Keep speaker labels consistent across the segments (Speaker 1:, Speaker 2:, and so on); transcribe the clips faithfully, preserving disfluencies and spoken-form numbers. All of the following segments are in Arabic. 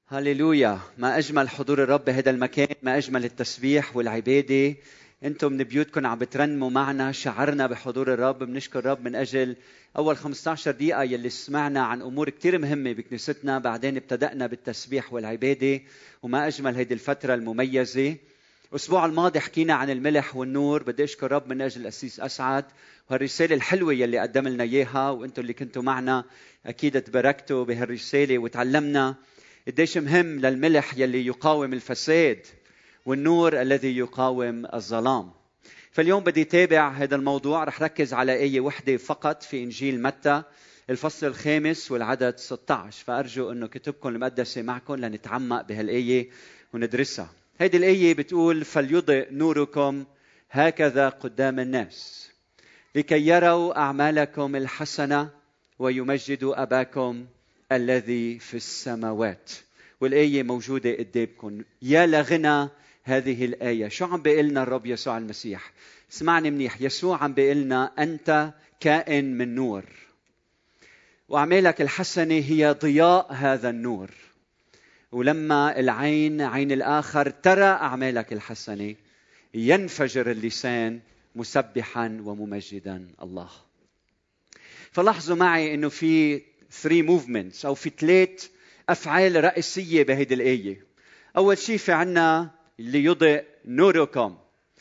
Speaker 1: هاليلويا. ما أجمل حضور الرب بهذا المكان، ما أجمل التسبيح والعبادة. أنتم من بيوتكم عم بترنموا معنا، شعرنا بحضور الرب. بنشكر الرب من أجل أول خمسة عشر دقيقة يلي سمعنا عن أمور كتير مهمة بكنيستنا. بعدين ابتدأنا بالتسبيح والعبادة، وما أجمل هيدي الفترة المميزة. الأسبوع الماضي حكينا عن الملح والنور. بدي أشكر الرب من أجل الأسيس أسعد وهالرسالة الحلوة يلي قدم لنا إياها، وأنتم اللي كنتوا معنا أكيد تباركتوا بهالرسالة وتعلمنا قديش مهم للملح يلي يقاوم الفساد والنور الذي يقاوم الظلام. فاليوم بدي تابع هذا الموضوع. رح ركز على آية واحدة فقط في إنجيل متى الفصل الخامس والعدد ستة عشر. فأرجو أنه كتبكم المقدسة معكم لنتعمق بهالآية وندرسها. هذه الآية بتقول: فليضئ نوركم هكذا قدام الناس لكي يروا أعمالكم الحسنة ويمجدوا أباكم الذي في السماوات. والآية موجودة قدامكم. يا لغنى هذه الآية. شو عم بيقلنا الرب يسوع المسيح؟ اسمعني منيح. يسوع عم بيقلنا أنت كائن من نور، وأعمالك الحسنة هي ضياء هذا النور. ولما العين عين الآخر ترى أعمالك الحسنة ينفجر اللسان مسبحا وممجدا الله. فلاحظوا معي أنه في three movements أو في ثلاث أفعال رئيسية بهذه الآية. أول شيء في عنا ليضئ نوركم،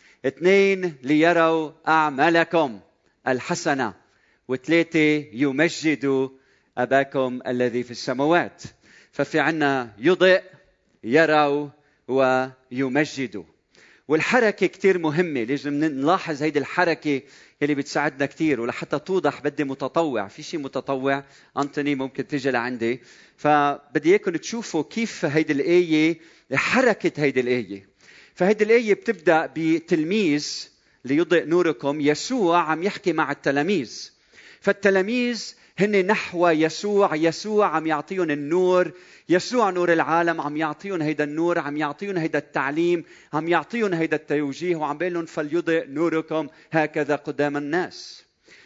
Speaker 1: اثنين ليروا أعمالكم الحسنة، وثلاثة يمجدوا أباكم الذي في السماوات. ففي عنا يضئ، يروا، ويمجدوا. والحركة كتير مهمة. لازم نلاحظ هيدي الحركة اللي بتساعدنا كتير. ولحتى توضح بدي متطوع. في شيء متطوع أنتوني ممكن تيجي لعندي. فبدي اياكم تشوفوا كيف هيدي الآية، حركة هيدي الآية. فهيدي الآية بتبدأ بتلميذ ليضئ نوركم. يسوع عم يحكي مع التلاميذ، فالتلاميذ هن نحو يسوع. يسوع عم يعطيهم النور. يسوع نور العالم. عم يعطيهم هيدا النور، عم يعطيهم هيدا التعليم، عم يعطيهم هيدا التوجيه، وعم بيقول لهم فليضئ نوركم هكذا قدام الناس.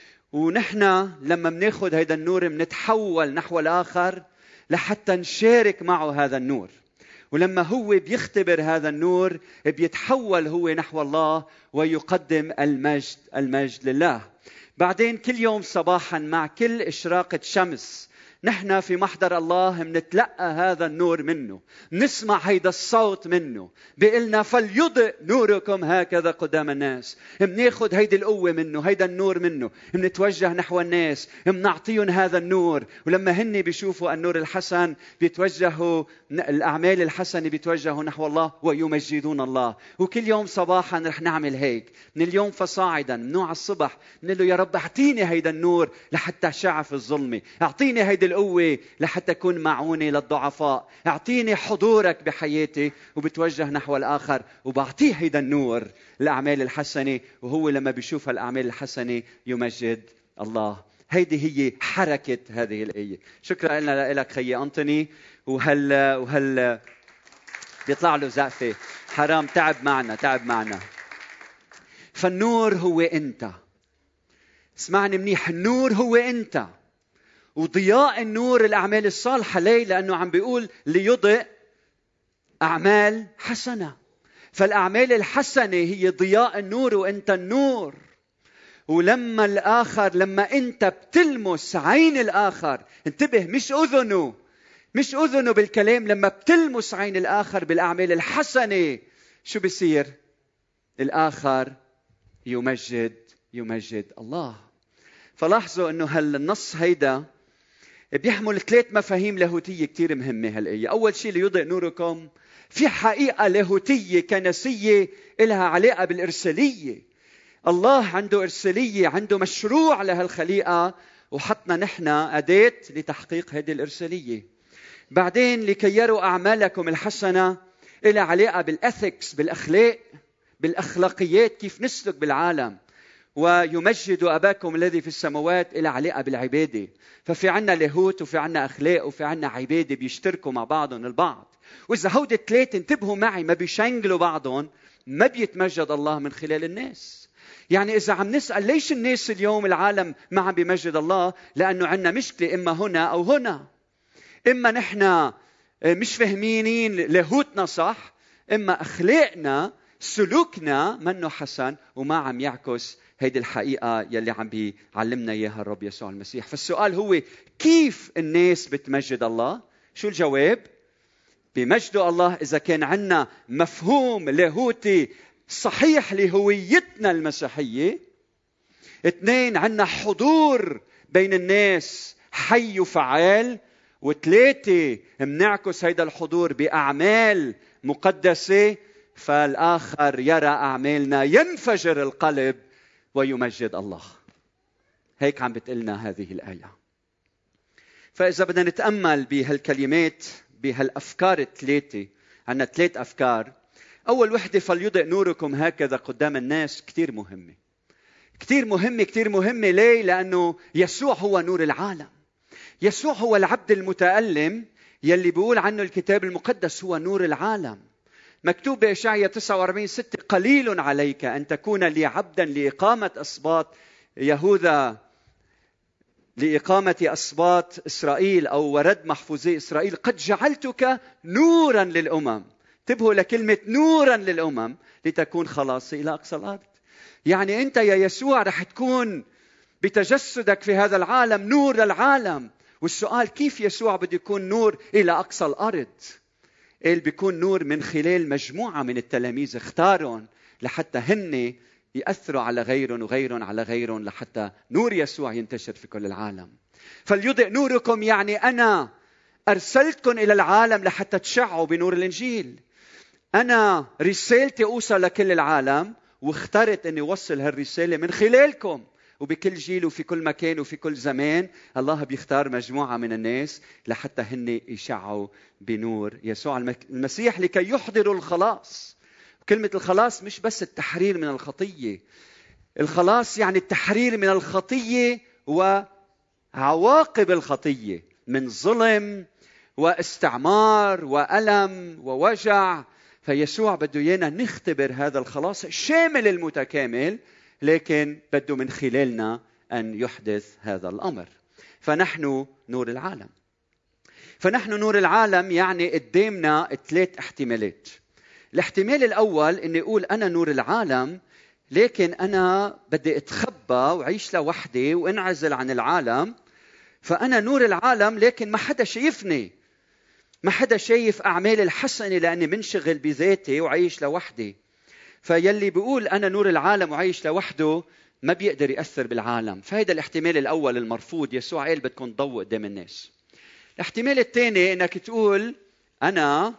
Speaker 1: ونحن لما بناخد هيدا النور بنتحول نحو الآخر لحتى نشارك معه هذا النور. ولما هو بيختبر هذا النور بيتحول هو نحو الله ويقدم المجد المجد لله. بعدين كل يوم صباحا مع كل إشراقة شمس نحن في محضر الله منتلقى هذا النور منه، نسمع هيدا الصوت منه بيقلنا فليضئ نوركم هكذا قدام الناس. مناخد هيدي القوة منه، هيدا النور منه، منتوجه نحو الناس، منعطيهم هذا النور. ولما هن بيشوفوا النور الحسن بيتوجهوا، الأعمال الحسنة بيتوجهوا نحو الله ويمجدون الله. وكل يوم صباحا رح نعمل هيك. من اليوم فصاعدا منوع الصبح نقول له يا رب اعطيني هيدا النور لحتى شعف الظلمة، اعطيني هيدا القوة لحتى أكون معوني للضعفاء، اعطيني حضورك بحياتي. وبتوجه نحو الآخر وبعطيه هيدا النور الأعمال الحسنة. وهو لما بيشوف الأعمال الحسنة يمجد الله. هيدي هي حركة هذه الآية. شكرا لنا لك خي أنتوني. وهل وهل بيطلع له زقفة. حرام، تعب معنا تعب معنا. فالنور هو أنت. اسمعني منيح. النور هو أنت، وضياء النور الأعمال الصالحة. ليه؟ لأنه عم بيقول ليضئ أعمال حسنة. فالأعمال الحسنة هي ضياء النور، وأنت النور. ولما الآخر، لما أنت بتلمس عين الآخر، انتبه، مش أذنه مش أذنه بالكلام، لما بتلمس عين الآخر بالأعمال الحسنة شو بيصير؟ الآخر يمجد يمجد الله. فلاحظوا أنه هالنص هيدا بيحمل ثلاث مفاهيم لاهوتية كتير مهمة. هالآية أول شيء ليضئ نوركم في حقيقة لاهوتية كنسية إلها علاقة بالإرسالية. الله عنده إرسالية، عنده مشروع لهالخليقة، وحطنا نحن أداة لتحقيق هذه الإرسالية. بعدين لكي يروا أعمالكم الحسنة إلها علاقة بالأثكس، بالأخلاق، بالأخلاقيات، كيف نسلك بالعالم. ويمجدوا أباكم الذي في السماوات إلى علاقة بالعبادة. ففي عنا لاهوت وفي عنا أخلاق وفي عنا عبادة بيشتركوا مع بعضهم البعض. وإذا هودي الثلاثة انتبهوا معي ما بيشنجلوا بعضهم، ما بيتمجد الله من خلال الناس. يعني إذا عم نسأل ليش الناس اليوم العالم ما عم بيمجد الله، لأنه عنا مشكلة إما هنا أو هنا. إما نحن مش فاهمينين لاهوتنا صح، إما أخلاقنا سلوكنا منه حسن وما عم يعكس هيدي الحقيقة يلي عم بيعلمنا إياها الرب يسوع المسيح. فالسؤال هو كيف الناس بتمجد الله؟ شو الجواب؟ بمجدوا الله إذا كان عنا مفهوم لاهوتي صحيح لهويتنا المسيحية. اثنين، عنا حضور بين الناس حي وفعال. وثلاثة، منعكس هيدا الحضور بأعمال مقدسة، فالآخر يرى أعمالنا ينفجر القلب ويمجد الله. هيك عم بتقلنا هذه الآية. فإذا بدنا نتأمل بهالكلمات بهالأفكار الثلاثة، عنا ثلاث أفكار. أول وحدة، فليضئ نوركم هكذا قدام الناس، كتير مهمة كتير مهمة كتير مهمة. ليه؟ لأنه يسوع هو نور العالم. يسوع هو العبد المتألم يلي بيقول عنه الكتاب المقدس هو نور العالم. مكتوب بإشعياء تسعة وأربعين ستة: قليل عليك أن تكون لي عبدا لإقامة أسباط يهوذا، لإقامة أسباط إسرائيل، أو ورد محفوظي إسرائيل، قد جعلتك نورا للأمم. انتبهوا لكلمة نورا للأمم، لتكون خلاصي إلى أقصى الأرض. يعني أنت يا يسوع رح تكون بتجسدك في هذا العالم نور للعالم. والسؤال كيف يسوع بده يكون نور إلى أقصى الأرض؟ قال بيكون نور من خلال مجموعة من التلاميذ اختارهم لحتى هن يأثروا على غيرهم وغيرهم على غيرهم، لحتى نور يسوع ينتشر في كل العالم. فليضئ نوركم يعني أنا أرسلتكم إلى العالم لحتى تشعوا بنور الإنجيل. أنا رسالتي أوصل لكل العالم، واخترت أني أوصل هالرسالة من خلالكم. وبكل جيل وفي كل مكان وفي كل زمان الله بيختار مجموعة من الناس لحتى هن يشعوا بنور يسوع المسيح لكي يحضروا الخلاص. كلمة الخلاص مش بس التحرير من الخطية. الخلاص يعني التحرير من الخطية وعواقب الخطية، من ظلم واستعمار وألم ووجع. فيسوع بده إيانا نختبر هذا الخلاص الشامل المتكامل، لكن بده من خلالنا أن يحدث هذا الأمر. فنحن نور العالم. فنحن نور العالم يعني قدامنا ثلاث احتمالات. الاحتمال الأول إني أقول أنا نور العالم، لكن أنا بدي أتخبى وعيش لوحدي وانعزل عن العالم. فأنا نور العالم لكن ما حدا شايفني، ما حدا شايف أعمال الحسنة لأني منشغل بذاتي وعيش لوحدي. فيلي بيقول أنا نور العالم وعيش لوحده ما بيقدر يأثر بالعالم. فهذا الاحتمال الأول المرفوض. يسوع قال بدكم ضوء قدام الناس. الاحتمال الثاني إنك تقول أنا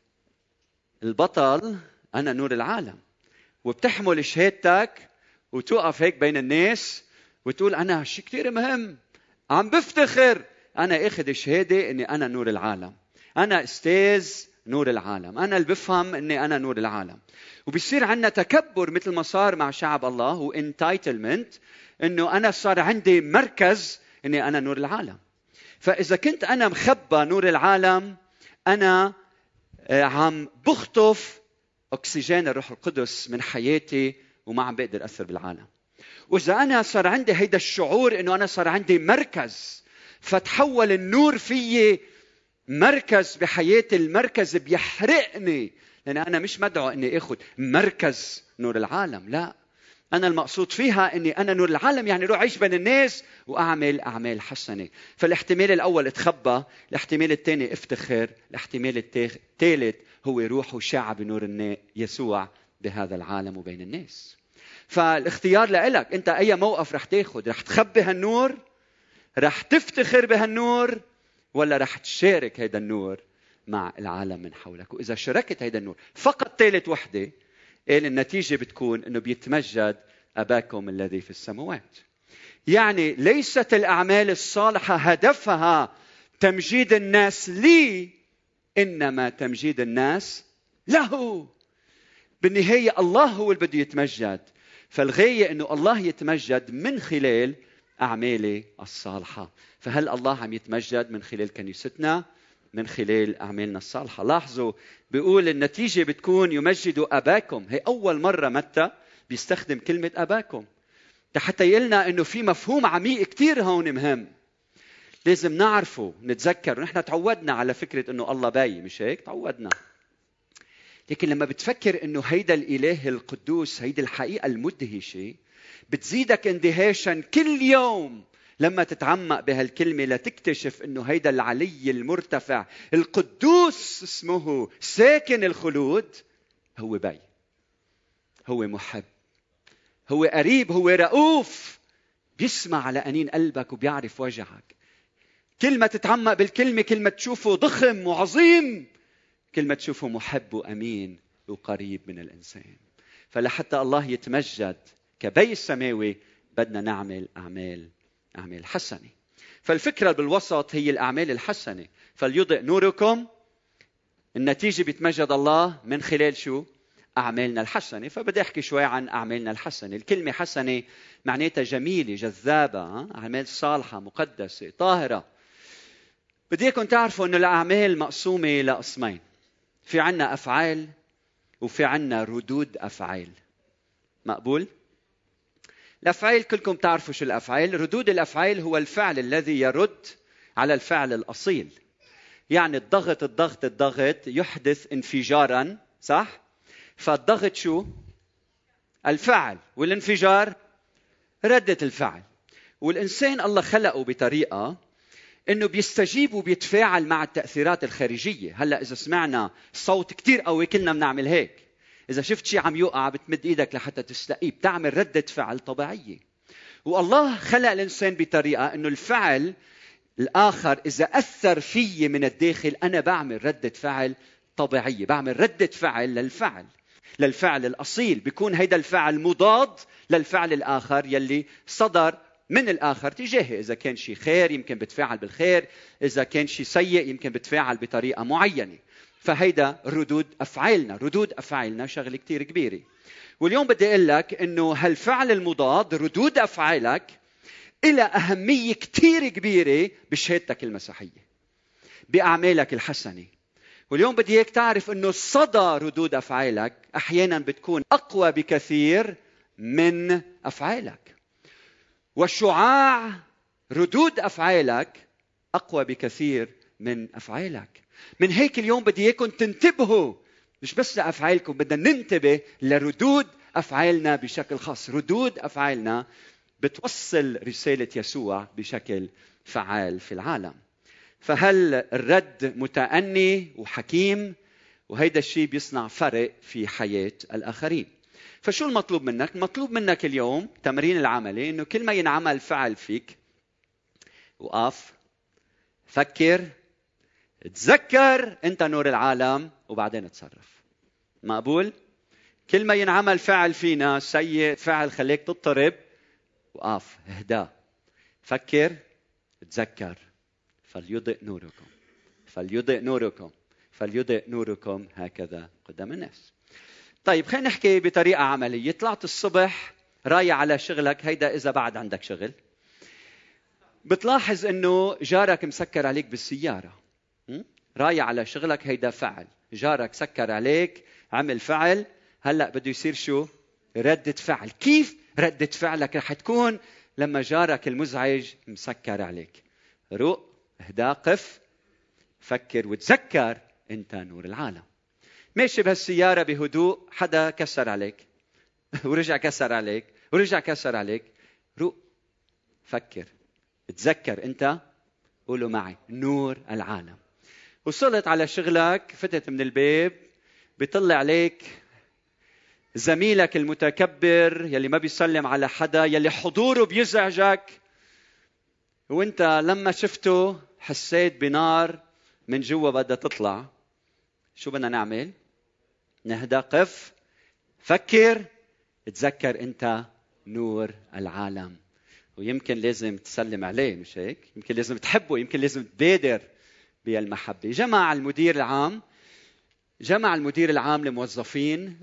Speaker 1: البطل، أنا نور العالم، وبتحمل شهادتك وتوقف هيك بين الناس وتقول أنا شيء كتير مهم، عم بفتخر أنا أخذ شهادة إني أنا نور العالم، أنا أستاذ نور العالم، أنا اللي بفهم إني أنا نور العالم. وبيصير عندنا تكبر مثل ما صار مع شعب الله، وانتايتلمنت، إنه أنا صار عندي مركز إني أنا نور العالم. فإذا كنت أنا مخبى نور العالم، أنا عم بخطف أكسجين الروح القدس من حياتي وما عم بقدر أثر بالعالم. وإذا أنا صار عندي هيدا الشعور إنه أنا صار عندي مركز، فتحول النور فيي مركز بحياتي، المركز بيحرقني، لأن أنا مش مدعو إني أخذ مركز نور العالم. لا، أنا المقصود فيها إني أنا نور العالم، يعني روح عيش بين الناس وأعمل أعمال حسنة. فالاحتمال الأول اتخبى، الاحتمال الثاني افتخر، الاحتمال الثالث هو روح وشاع بنور يسوع بهذا العالم وبين الناس. فالاختيار لإلك أنت، أي موقف رح تاخد؟ رح تخبي هالنور؟ رح تفتخر بهالنور؟ ولا رح تشارك هيدا النور مع العالم من حولك؟ وإذا شاركت هيدا النور فقط ثالث وحدة، قال النتيجة بتكون أنه بيتمجد أباكم الذي في السماوات. يعني ليست الأعمال الصالحة هدفها تمجيد الناس لي، إنما تمجيد الناس له. بالنهاية الله هو اللي بده يتمجد. فالغاية أنه الله يتمجد من خلال أعمالي الصالحة. فهل الله عم يتمجد من خلال كنيستنا؟ من خلال أعمالنا الصالحة. لاحظوا بيقول النتيجة بتكون يمجد أباكم. هي أول مرة متى بيستخدم كلمة أباكم حتى يقلنا أنه في مفهوم عميق كتير هون مهم. لازم نعرفه نتذكر. ونحن تعودنا على فكرة أنه الله باي، مش هيك؟ تعودنا. لكن لما بتفكر أنه هيدا الإله القدوس، هيدا الحقيقة المدهشة، بتزيدك اندهاشا كل يوم لما تتعمق بهالكلمة لتكتشف أنه هيدا العلي المرتفع القدوس اسمه ساكن الخلود هو باي، هو محب، هو قريب، هو رؤوف، بيسمع على أنين قلبك وبيعرف وجعك. كل ما تتعمق بالكلمة، كل ما تشوفه ضخم وعظيم، كل ما تشوفه محب وأمين وقريب من الإنسان. فلحتى الله يتمجد كبي السماوي بدنا نعمل أعمال أعمال حسنة. فالفكرة بالوسط هي الأعمال الحسنة. فليضئ نوركم، النتيجة بيتمجد الله من خلال شو؟ أعمالنا الحسنة. فبدي أحكي شوي عن أعمالنا الحسنة. الكلمة حسنة معناتها جميلة، جذابة، أعمال صالحة، مقدسة، طاهرة. بدي أكون تعرفوا أن الأعمال مقسومة لقسمين. في عنا أفعال وفي عنا ردود أفعال. مقبول؟ الأفعال كلكم تعرفوا شو الأفعال. ردود الأفعال هو الفعل الذي يرد على الفعل الأصيل. يعني الضغط الضغط الضغط يحدث انفجارا، صح؟ فالضغط شو؟ الفعل، والانفجار ردة الفعل. والإنسان الله خلقه بطريقة إنه بيستجيب وبيتفاعل مع التأثيرات الخارجية. هلأ إذا سمعنا صوت كتير قوي كلنا بنعمل هيك. إذا شفت شيء عم يوقع بتمد إيدك لحتى تستقيه، بتعمل ردة فعل طبيعية. والله خلق الإنسان بطريقة إنه الفعل الآخر إذا أثر فيه من الداخل أنا بعمل ردة فعل طبيعية، بعمل ردة فعل للفعل للفعل الأصيل. بيكون هيدا الفعل مضاد للفعل الآخر يلي صدر من الآخر تجاهه. إذا كان شيء خير يمكن بتفاعل بالخير، إذا كان شيء سيء يمكن بتفاعل بطريقة معينة. فهيدا ردود أفعالنا. ردود أفعالنا شغلة كتير كبيرة. واليوم بدي أقول لك إنه هالفعل المضاد، ردود أفعالك، إلى أهمية كتير كبيرة بشهادتك المسيحية، بأعمالك الحسنة. واليوم بدي إياك تعرف إنه صدى ردود أفعالك أحياناً بتكون أقوى بكثير من أفعالك، وشعاع ردود أفعالك أقوى بكثير من أفعالك. من هيك اليوم بدي إياكم تنتبهوا، مش بس لأفعالكم، بدنا ننتبه لردود أفعالنا بشكل خاص. ردود أفعالنا بتوصل رسالة يسوع بشكل فعال في العالم. فهل الرد متأني وحكيم، وهيدا الشيء بيصنع فرق في حياة الآخرين. فشو المطلوب منك؟ المطلوب منك اليوم تمرين العملي إنه كل ما ينعمل فعل فيك وقف، فكر، تذكر أنت نور العالم، وبعدين تصرف. مقبول؟ كل ما ينعمل فعل فينا سيء، فعل خليك تضطرب، وقف، اهدى، فكر، تذكر. فليضئ نوركم فليضئ نوركم فليضئ نوركم هكذا قدام الناس. طيب خلينا نحكي بطريقة عملية. طلعت الصبح رايح على شغلك، هيدا إذا بعد عندك شغل، بتلاحظ إنه جارك مسكر عليك بالسيارة. رايح على شغلك، هيدا فعل. جارك سكر عليك، عمل فعل. هلأ بده يصير شو؟ ردة فعل. كيف ردة فعلك رح تكون لما جارك المزعج مسكر عليك؟ روق، اهدى، قف، فكر وتذكر انت نور العالم. ماشي بهالسيارة بهدوء، حدا كسر عليك ورجع كسر عليك ورجع كسر عليك. روق، فكر، تذكر انت، قولوا معي، نور العالم. وصلت على شغلك، فتت من الباب، بيطلع عليك زميلك المتكبر يلي ما بيسلم على حدا، يلي حضوره بيزعجك، وانت لما شفته حسيت بنار من جوا بدها تطلع. شو بدنا نعمل؟ نهدى، قف، فكر، تذكر انت نور العالم. ويمكن لازم تسلم عليه، مش هيك؟ يمكن لازم تحبه، يمكن لازم تبادر بالمحبة. جمع المدير العام جمع المدير العام الموظفين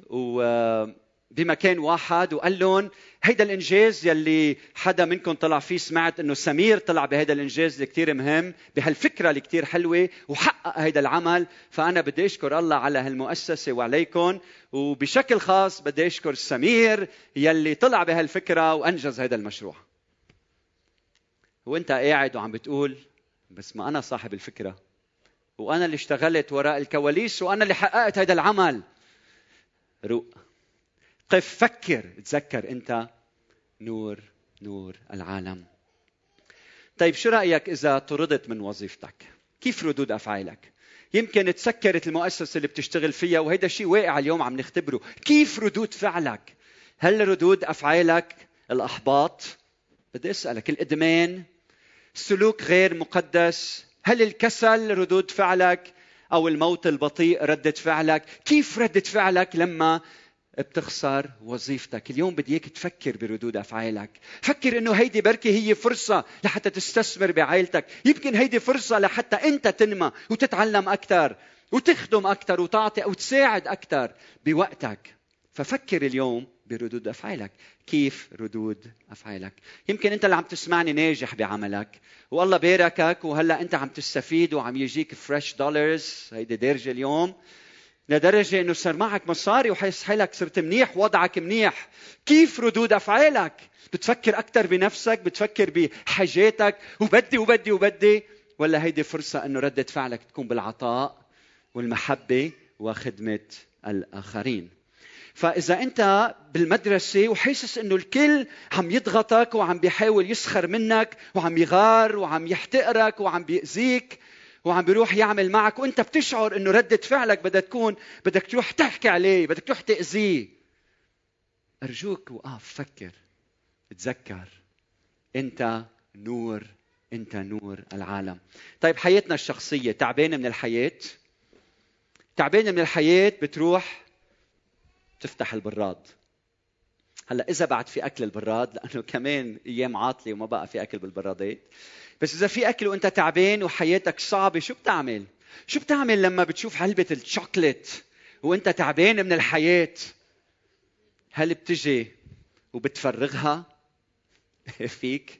Speaker 1: وبمكان واحد وقال لهم هيدا الإنجاز يلي حدا منكم طلع فيه، سمعت إنه سمير طلع بهيدا الإنجاز اللي كتير مهم، بهالفكرة اللي كتير حلوة، وحقق هيدا العمل. فأنا بدي أشكر الله على هالمؤسسة وعليكم، وبشكل خاص بدي أشكر سمير يلي طلع بهالفكرة وأنجز هيدا المشروع. وانت قاعد وعم بتقول بس ما أنا صاحب الفكرة، وأنا اللي اشتغلت وراء الكواليس، وأنا اللي حققت هذا العمل. روق، قف، فكر، تذكر أنت نور نور العالم. طيب شو رأيك إذا طردت من وظيفتك؟ كيف ردود أفعالك؟ يمكن تسكرت المؤسسة اللي بتشتغل فيها، وهذا شيء واقع اليوم عم نختبره. كيف ردود فعلك؟ هل ردود أفعالك الأحباط؟ بدي أسألك، الإدمان، سلوك غير مقدس؟ هل الكسل ردود فعلك؟ أو الموت البطيء ردة فعلك؟ كيف ردة فعلك لما بتخسر وظيفتك؟ اليوم بدي اياك تفكر بردود افعالك. فكر انه هيدي بركي هي فرصه لحتى تستثمر بعائلتك، يمكن هيدي فرصه لحتى انت تنمى وتتعلم اكثر وتخدم اكثر وتعطي او تساعد اكثر بوقتك. ففكر اليوم بردود افعالك. كيف ردود افعالك؟ يمكن انت اللي عم تسمعني ناجح بعملك والله باركك، وهلا انت عم تستفيد وعم يجيك فريش دولارز، هيدي دارجه اليوم، لدرجة أنه صار معك مصاري وحيس حالك صرت منيح، وضعك منيح. كيف ردود أفعالك؟ بتفكر أكثر بنفسك، بتفكر بحاجاتك وبدي وبدي وبدي، ولا هيدي فرصة أنه ردة فعلك تكون بالعطاء والمحبة وخدمة الآخرين؟ فإذا أنت بالمدرسة وحاسس أنه الكل عم يضغطك وعم بيحاول يسخر منك وعم يغار وعم يحتقرك وعم بيأذيك وعم بيروح يعمل معك، وانت بتشعر انه ردة فعلك بدها تكون بدك تروح تحكي عليه، بدك تروح تأذيه، ارجوك وقف، فكر، تذكر انت نور، انت نور العالم. طيب حياتنا الشخصية، تعبانة من الحياة؟ تعبانة من الحياة بتروح تفتح البراد. هلا اذا بعد في اكل البراد، لانه كمان ايام عاطلة وما بقى في اكل بالبرادات، بس إذا في أكل وأنت تعبان وحياتك صعبة، شو بتعمل؟ شو بتعمل لما بتشوف علبة الشوكولات وأنت تعبان من الحياة؟ هل بتجي وبتفرغها فيك؟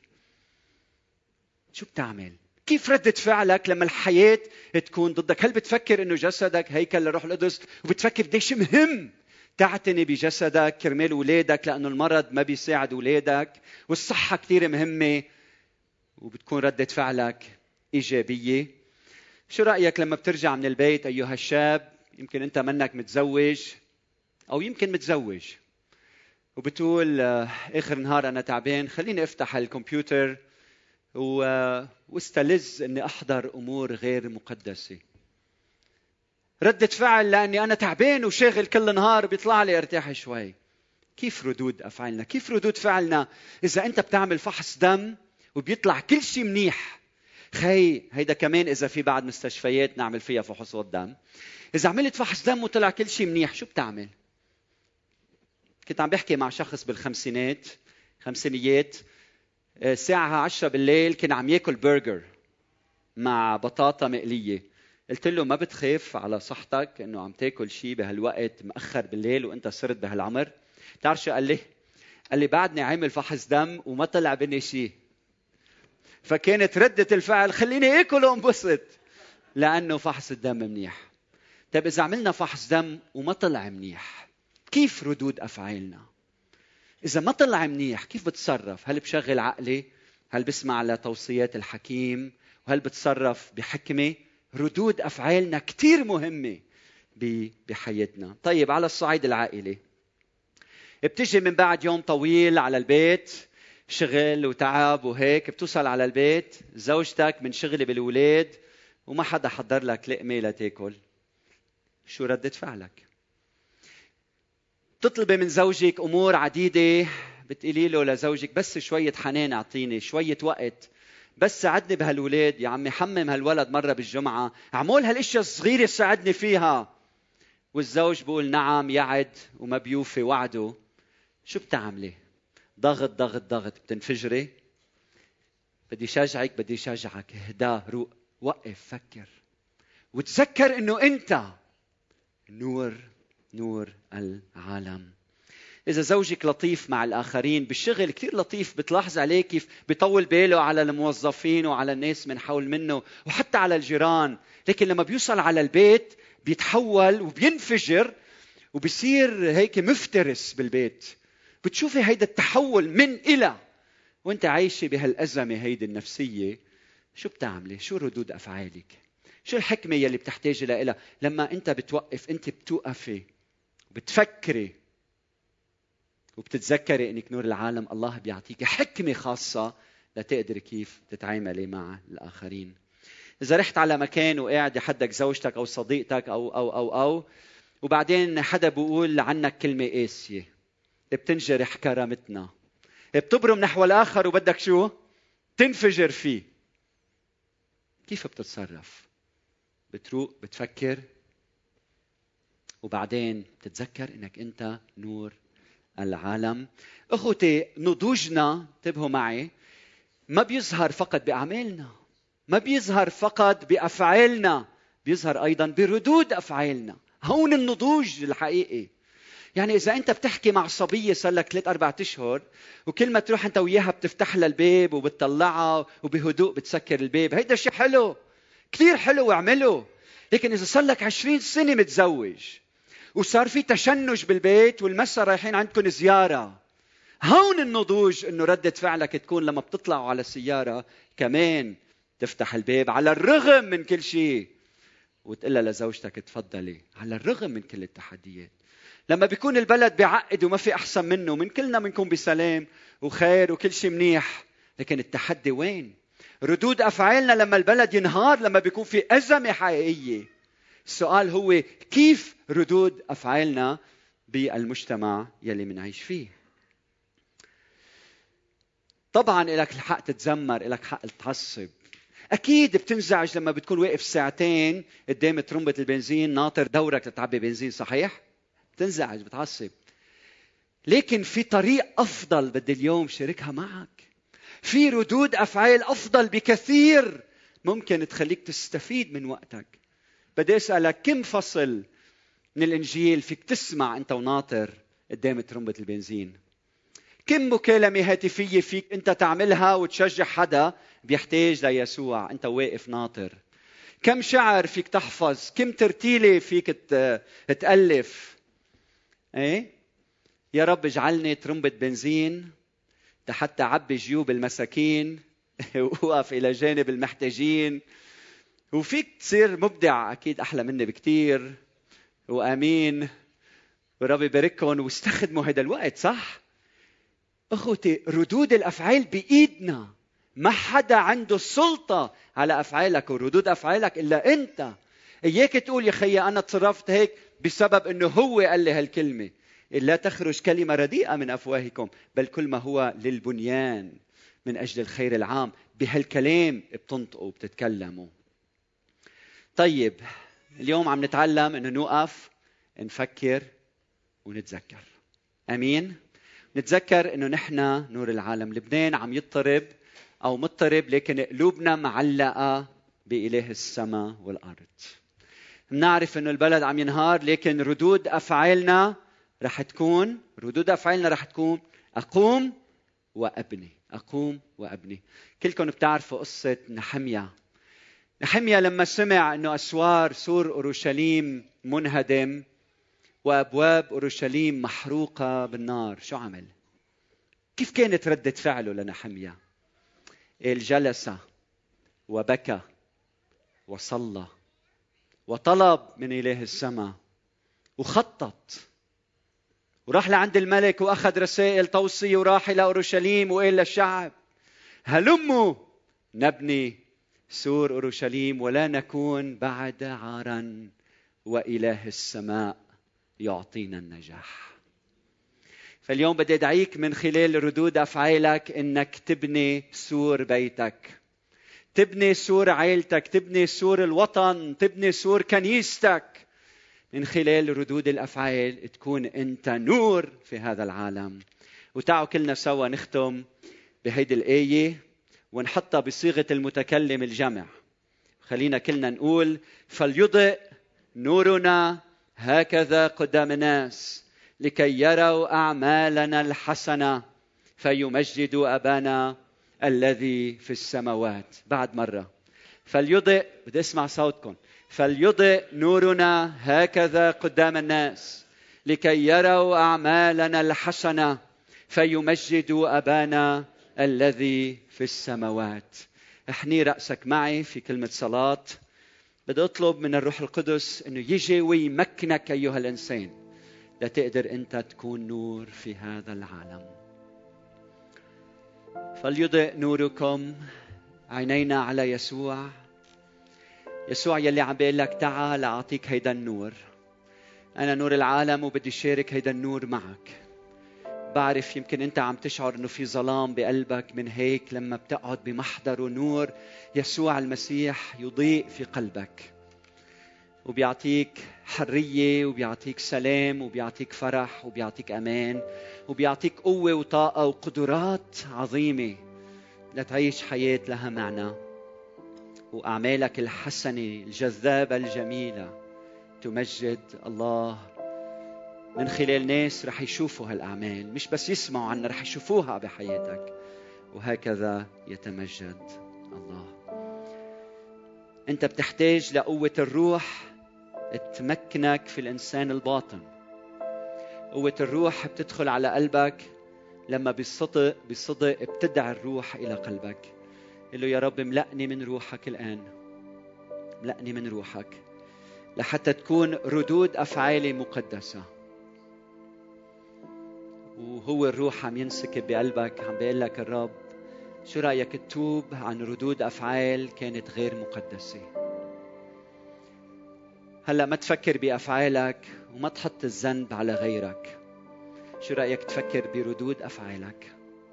Speaker 1: شو بتعمل؟ كيف ردة فعلك لما الحياة تكون ضدك؟ هل بتفكر إنه جسدك هيكل لروح القدس وبتفكر قديش مهم تعتني بجسدك كرمال أولادك، لأنه المرض ما بيساعد أولادك والصحة كتير مهمة، وبتكون ردة فعلك إيجابية؟ شو رأيك لما بترجع من البيت أيها الشاب، يمكن أنت منك متزوج أو يمكن متزوج، وبتقول آخر نهار أنا تعبان، خليني أفتح الكمبيوتر واستلذ أني أحضر أمور غير مقدسة. ردة فعل لأني أنا تعبان وشاغل كل نهار بيطلع لي ارتاح شوي. كيف ردود أفعالنا؟ كيف ردود فعلنا إذا أنت بتعمل فحص دم وبيطلع كل شيء منيح؟ خي هيدا كمان إذا في بعد مستشفيات نعمل فيها فحوصات دم، إذا عملت فحص دم وطلع كل شيء منيح، شو بتعمل؟ كنت عم بحكي مع شخص بالخمسينات خمسينيات، الساعة عشرة بالليل كان عم يأكل برجر مع بطاطا مقلية. قلت له ما بتخاف على صحتك إنه عم تأكل شيء بهالوقت مأخر بالليل وإنت صرت بهالعمر؟ تعرف شو قال لي؟ قال لي بعدني عامل فحص دم وما طلع بني شيء. فكانت ردة الفعل خليني أكل وانبسط لأنه فحص الدم منيح. طيب إذا عملنا فحص دم وما طلع منيح، كيف ردود أفعالنا؟ إذا ما طلع منيح كيف بتصرف؟ هل بشغل عقلي؟ هل بسمع لتوصيات الحكيم؟ وهل بتصرف بحكمة؟ ردود أفعالنا كتير مهمة بحياتنا. طيب على الصعيد العائلي، بتجي من بعد يوم طويل على البيت، شغل وتعب وهيك، بتوصل على البيت زوجتك من شغل بالولاد وما حدا حضر لك لقمة لتاكل، شو ردة فعلك؟ تطلبي من زوجك أمور عديدة، بتقولي له لزوجك بس شوية حنان أعطيني، شوية وقت، بس ساعدني بهالولاد، يا عمي حمم هالولد مرة بالجمعة، عمول هالاشياء الصغيرة ساعدني فيها. والزوج بقول نعم يعد وما بيوفي وعده. شو بتعملي؟ ضغط ضغط ضغط، بتنفجري؟ بدي شجعك بدي شجعك اهدا، روق، وقف، فكر وتذكر انه انت نور نور العالم. إذا زوجك لطيف مع الآخرين بالشغل، كتير لطيف، بتلاحظ عليه كيف بيطول باله على الموظفين وعلى الناس من حول منه وحتى على الجيران، لكن لما بيوصل على البيت بيتحول وبينفجر وبيصير هيك مفترس بالبيت. بتشوفي هيدا التحول من إلى، وانت عايشة بهالأزمة هيدي النفسية، شو بتعملي؟ شو ردود أفعالك؟ شو الحكمة يلي بتحتاجي لها لما أنت بتوقف؟ أنت بتوقفي وبتفكري وبتتذكري أنك نور العالم. الله بيعطيك حكمة خاصة لتقدري كيف تتعاملي مع الآخرين. إذا رحت على مكان وقاعد حدك زوجتك أو صديقتك أو أو أو أو وبعدين حدا بيقول عنك كلمة قاسية، بتنجرح كرامتنا، بتبرم نحو الآخر وبدك شو؟ تنفجر فيه. كيف بتتصرف؟ بتروق، بتفكر، وبعدين بتتذكر انك انت نور العالم. اخوتي، نضوجنا، انتبهوا معي، ما بيظهر فقط بأعمالنا، ما بيظهر فقط بأفعالنا، بيظهر ايضا بردود أفعالنا. هون النضوج الحقيقي. يعني إذا أنت بتحكي مع صبية صار لك ثلاث أربعة أشهر وكل ما تروح أنت وياها بتفتح لها الباب وبتطلعها وبهدوء بتسكر الباب، هيدا شيء حلو، كثير حلو واعمله. لكن إذا صار لك عشرين سنة متزوج وصار في تشنج بالبيت والمسا رايحين عندكم زيارة، هون النضوج إنه ردة فعلك تكون لما بتطلعوا على السيارة كمان تفتح الباب على الرغم من كل شيء وتقول لزوجتك تفضلي، على الرغم من كل التحديات. لما بيكون البلد بيعقد وما في أحسن منه، من كلنا منكم بسلام وخير وكل شيء منيح، لكن التحدي وين؟ ردود أفعالنا لما البلد ينهار، لما بيكون في أزمة حقيقية. السؤال هو كيف ردود أفعالنا بالمجتمع يلي منعيش فيه. طبعا لك الحق تتذمر، لك حق تعصب، أكيد بتنزعج لما بتكون واقف ساعتين قدام ترمبة البنزين ناطر دورك تتعبي بنزين، صحيح؟ بتنزعج، بتعصب، لكن في طريق أفضل بدي اليوم شاركها معك. في ردود أفعال أفضل بكثير ممكن تخليك تستفيد من وقتك. بدي أسألك، كم فصل من الإنجيل فيك تسمع أنت وناطر قدام ترمبة البنزين؟ كم مكالمة هاتفية فيك أنت تعملها وتشجع حدا بيحتاج ليسوع أنت واقف ناطر؟ كم شعر فيك تحفظ؟ كم ترتيلة فيك تألف؟ ايه يا رب اجعلني ترمبة بنزين حتى عبي جيوب المساكين ووقف إلى جانب المحتاجين. وفيك تصير مبدع أكيد أحلى مني بكتير، وآمين، ورب يبارككم واستخدموا هذا الوقت. صح أخوتي، ردود الأفعال بإيدنا، ما حدا عنده السلطة على أفعالك وردود أفعالك إلا أنت. إياك تقول يا خي أنا تصرفت هيك بسبب أنه هو قال لي هالكلمة. لا تخرج كلمة رديئة من أفواهكم، بل كل ما هو للبنيان من أجل الخير العام. بهالكلام بتنطقوا وبتتكلموا. طيب اليوم عم نتعلم أنه نوقف، نفكر ونتذكر. أمين. نتذكر أنه نحن نور العالم. لبنان عم يضطرب أو مضطرب، لكن قلوبنا معلقة بإله السماء والأرض. نعرف أنه البلد عم ينهار، لكن ردود أفعالنا رح تكون ردود أفعالنا رح تكون أقوم وأبني، أقوم وأبني. كلكم بتعرفوا قصة نحميا. نحميا لما سمع أنه أسوار سور أورشليم منهدم وأبواب أورشليم محروقة بالنار، شو عمل؟ كيف كانت ردة فعله لنحميا؟ جلس وبكى وصلى وطلب من إله السماء وخطط وراح لعند الملك وأخذ رسائل توصية وراح إلى أورشليم وقال للشعب هلموا نبني سور أورشليم ولا نكون بعد عارا، وإله السماء يعطينا النجاح. فاليوم بدي أدعيك من خلال ردود أفعالك إنك تبني سور بيتك، تبني سور عائلتك، تبني سور الوطن، تبني سور كنيستك. من خلال ردود الأفعال تكون أنت نور في هذا العالم. وتعالوا كلنا سوا نختم بهيدي الآية ونحطها بصيغة المتكلم الجمع. خلينا كلنا نقول فليضئ نورنا هكذا قدام الناس لكي يروا أعمالنا الحسنة فيمجدوا أبانا الذي في السماوات. بعد مرة، فليضئ، بدي اسمع صوتكم، فليضئ نورنا هكذا قدام الناس لكي يروا أعمالنا الحسنة فيمجدوا أبانا الذي في السماوات. احني رأسك معي في كلمة صلاة. بدي أطلب من الروح القدس أنه يجي ويمكنك أيها الإنسان لتقدر أنت تكون نور في هذا العالم. فليضئ نوركم عينينا على يسوع. يسوع يلي عم بيقول لك تعال أعطيك هيدا النور. أنا نور العالم وبدي شارك هيدا النور معك. بعرف يمكن أنت عم تشعر أنه في ظلام بقلبك، من هيك لما بتقعد بمحضر نور يسوع المسيح يضيء في قلبك وبيعطيك حرية وبيعطيك سلام وبيعطيك فرح وبيعطيك أمان وبيعطيك قوة وطاقة وقدرات عظيمة لتعيش حياة لها معنى. وأعمالك الحسنة الجذابة الجميلة تمجد الله من خلال ناس رح يشوفوا هالأعمال، مش بس يسمعوا عنها، رح يشوفوها بحياتك، وهكذا يتمجد الله. أنت بتحتاج لقوة الروح تمكنك في الإنسان الباطن. قوة الروح بتدخل على قلبك لما بصدق بصدق بتدعي الروح إلى قلبك. قل له يا رب املأني من روحك الآن، املأني من روحك لحتى تكون ردود أفعالي مقدسة. وهو الروح عم ينسكب بقلبك، عم بيقول لك الرب شو رأيك تتوب عن ردود أفعال كانت غير مقدسة. هلأ ما تفكر بأفعالك وما تحط الذنب على غيرك. شو رأيك تفكر بردود أفعالك؟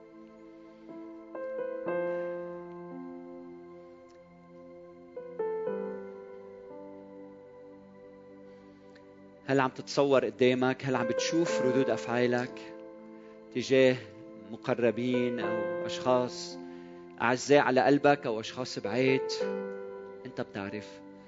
Speaker 1: هل عم تتصور قدامك؟ هل عم بتشوف ردود أفعالك تجاه مقربين أو أشخاص أعزاء على قلبك أو أشخاص بعيد؟ أنت بتعرف.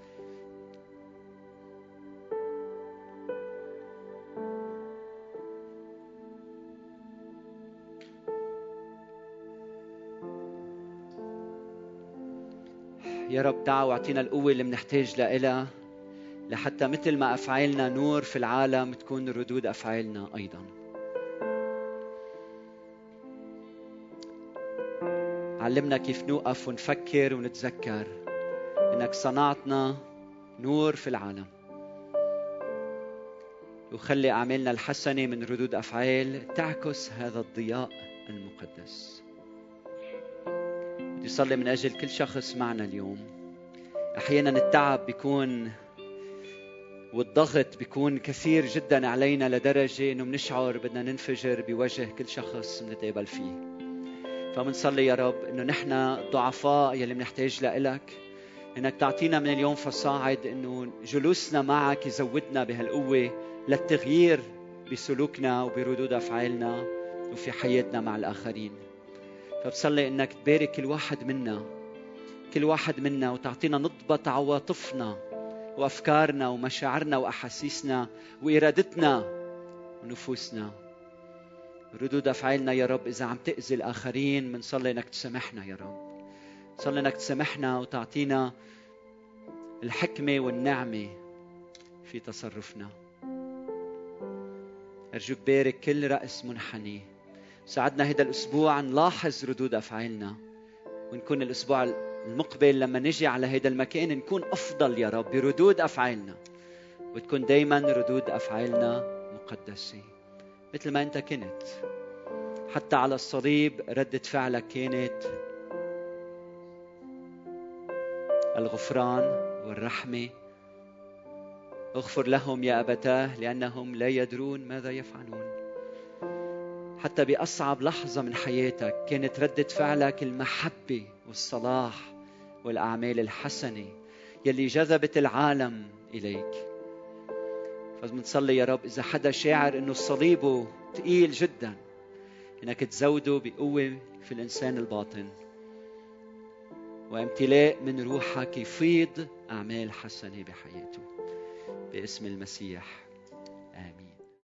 Speaker 1: يا رب تعا واعطينا القوة اللي منحتاج لها لحتى مثل ما أفعالنا نور في العالم تكون ردود أفعالنا أيضا. علمنا كيف نوقف ونفكر ونتذكر إنك صنعتنا نور في العالم، وخلي أعمالنا الحسنة من ردود أفعال تعكس هذا الضياء المقدس. بدي صلي من أجل كل شخص معنا اليوم. أحيانا التعب بيكون والضغط بيكون كثير جدا علينا لدرجة إنه منشعر بدنا ننفجر بوجه كل شخص منتقابل فيه. فمنصلي يا رب إنه نحن ضعفاء يلي منحتاج لإلك، إنك تعطينا من اليوم فصاعد إنه جلوسنا معك يزودنا بهالقوة للتغيير بسلوكنا وبردود أفعالنا وفي حياتنا مع الآخرين. فبصلي إنك تبارك كل واحد منا كل واحد منا وتعطينا نضبط عواطفنا وأفكارنا ومشاعرنا وأحاسيسنا وإرادتنا ونفوسنا. ردود أفعالنا يا رب إذا عم تأذي الآخرين منصلي إنك تسامحنا يا رب. صلي إنك تسامحنا وتعطينا الحكمة والنعمة في تصرفنا. أرجوك بارك كل رأس منحني. ساعدنا هذا الأسبوع نلاحظ ردود أفعالنا، ونكون الأسبوع المقبل لما نجي على هذا المكان نكون أفضل يا رب بردود أفعالنا، وتكون دايما ردود أفعالنا مقدسة مثل ما أنت كنت. حتى على الصليب ردة فعلك كانت الغفران والرحمة. اغفر لهم يا أبتاه لأنهم لا يدرون ماذا يفعلون. حتى بأصعب لحظة من حياتك كانت ردة فعلك المحبة والصلاح والأعمال الحسنة يلي جذبت العالم إليك. فبنصلي يا رب إذا حدا شاعر إنه صليبه تقيل جدا إنك تزوده بقوة في الإنسان الباطن، وامتلاء من روحك يفيض أعمال حسنة بحياته باسم المسيح. آمين.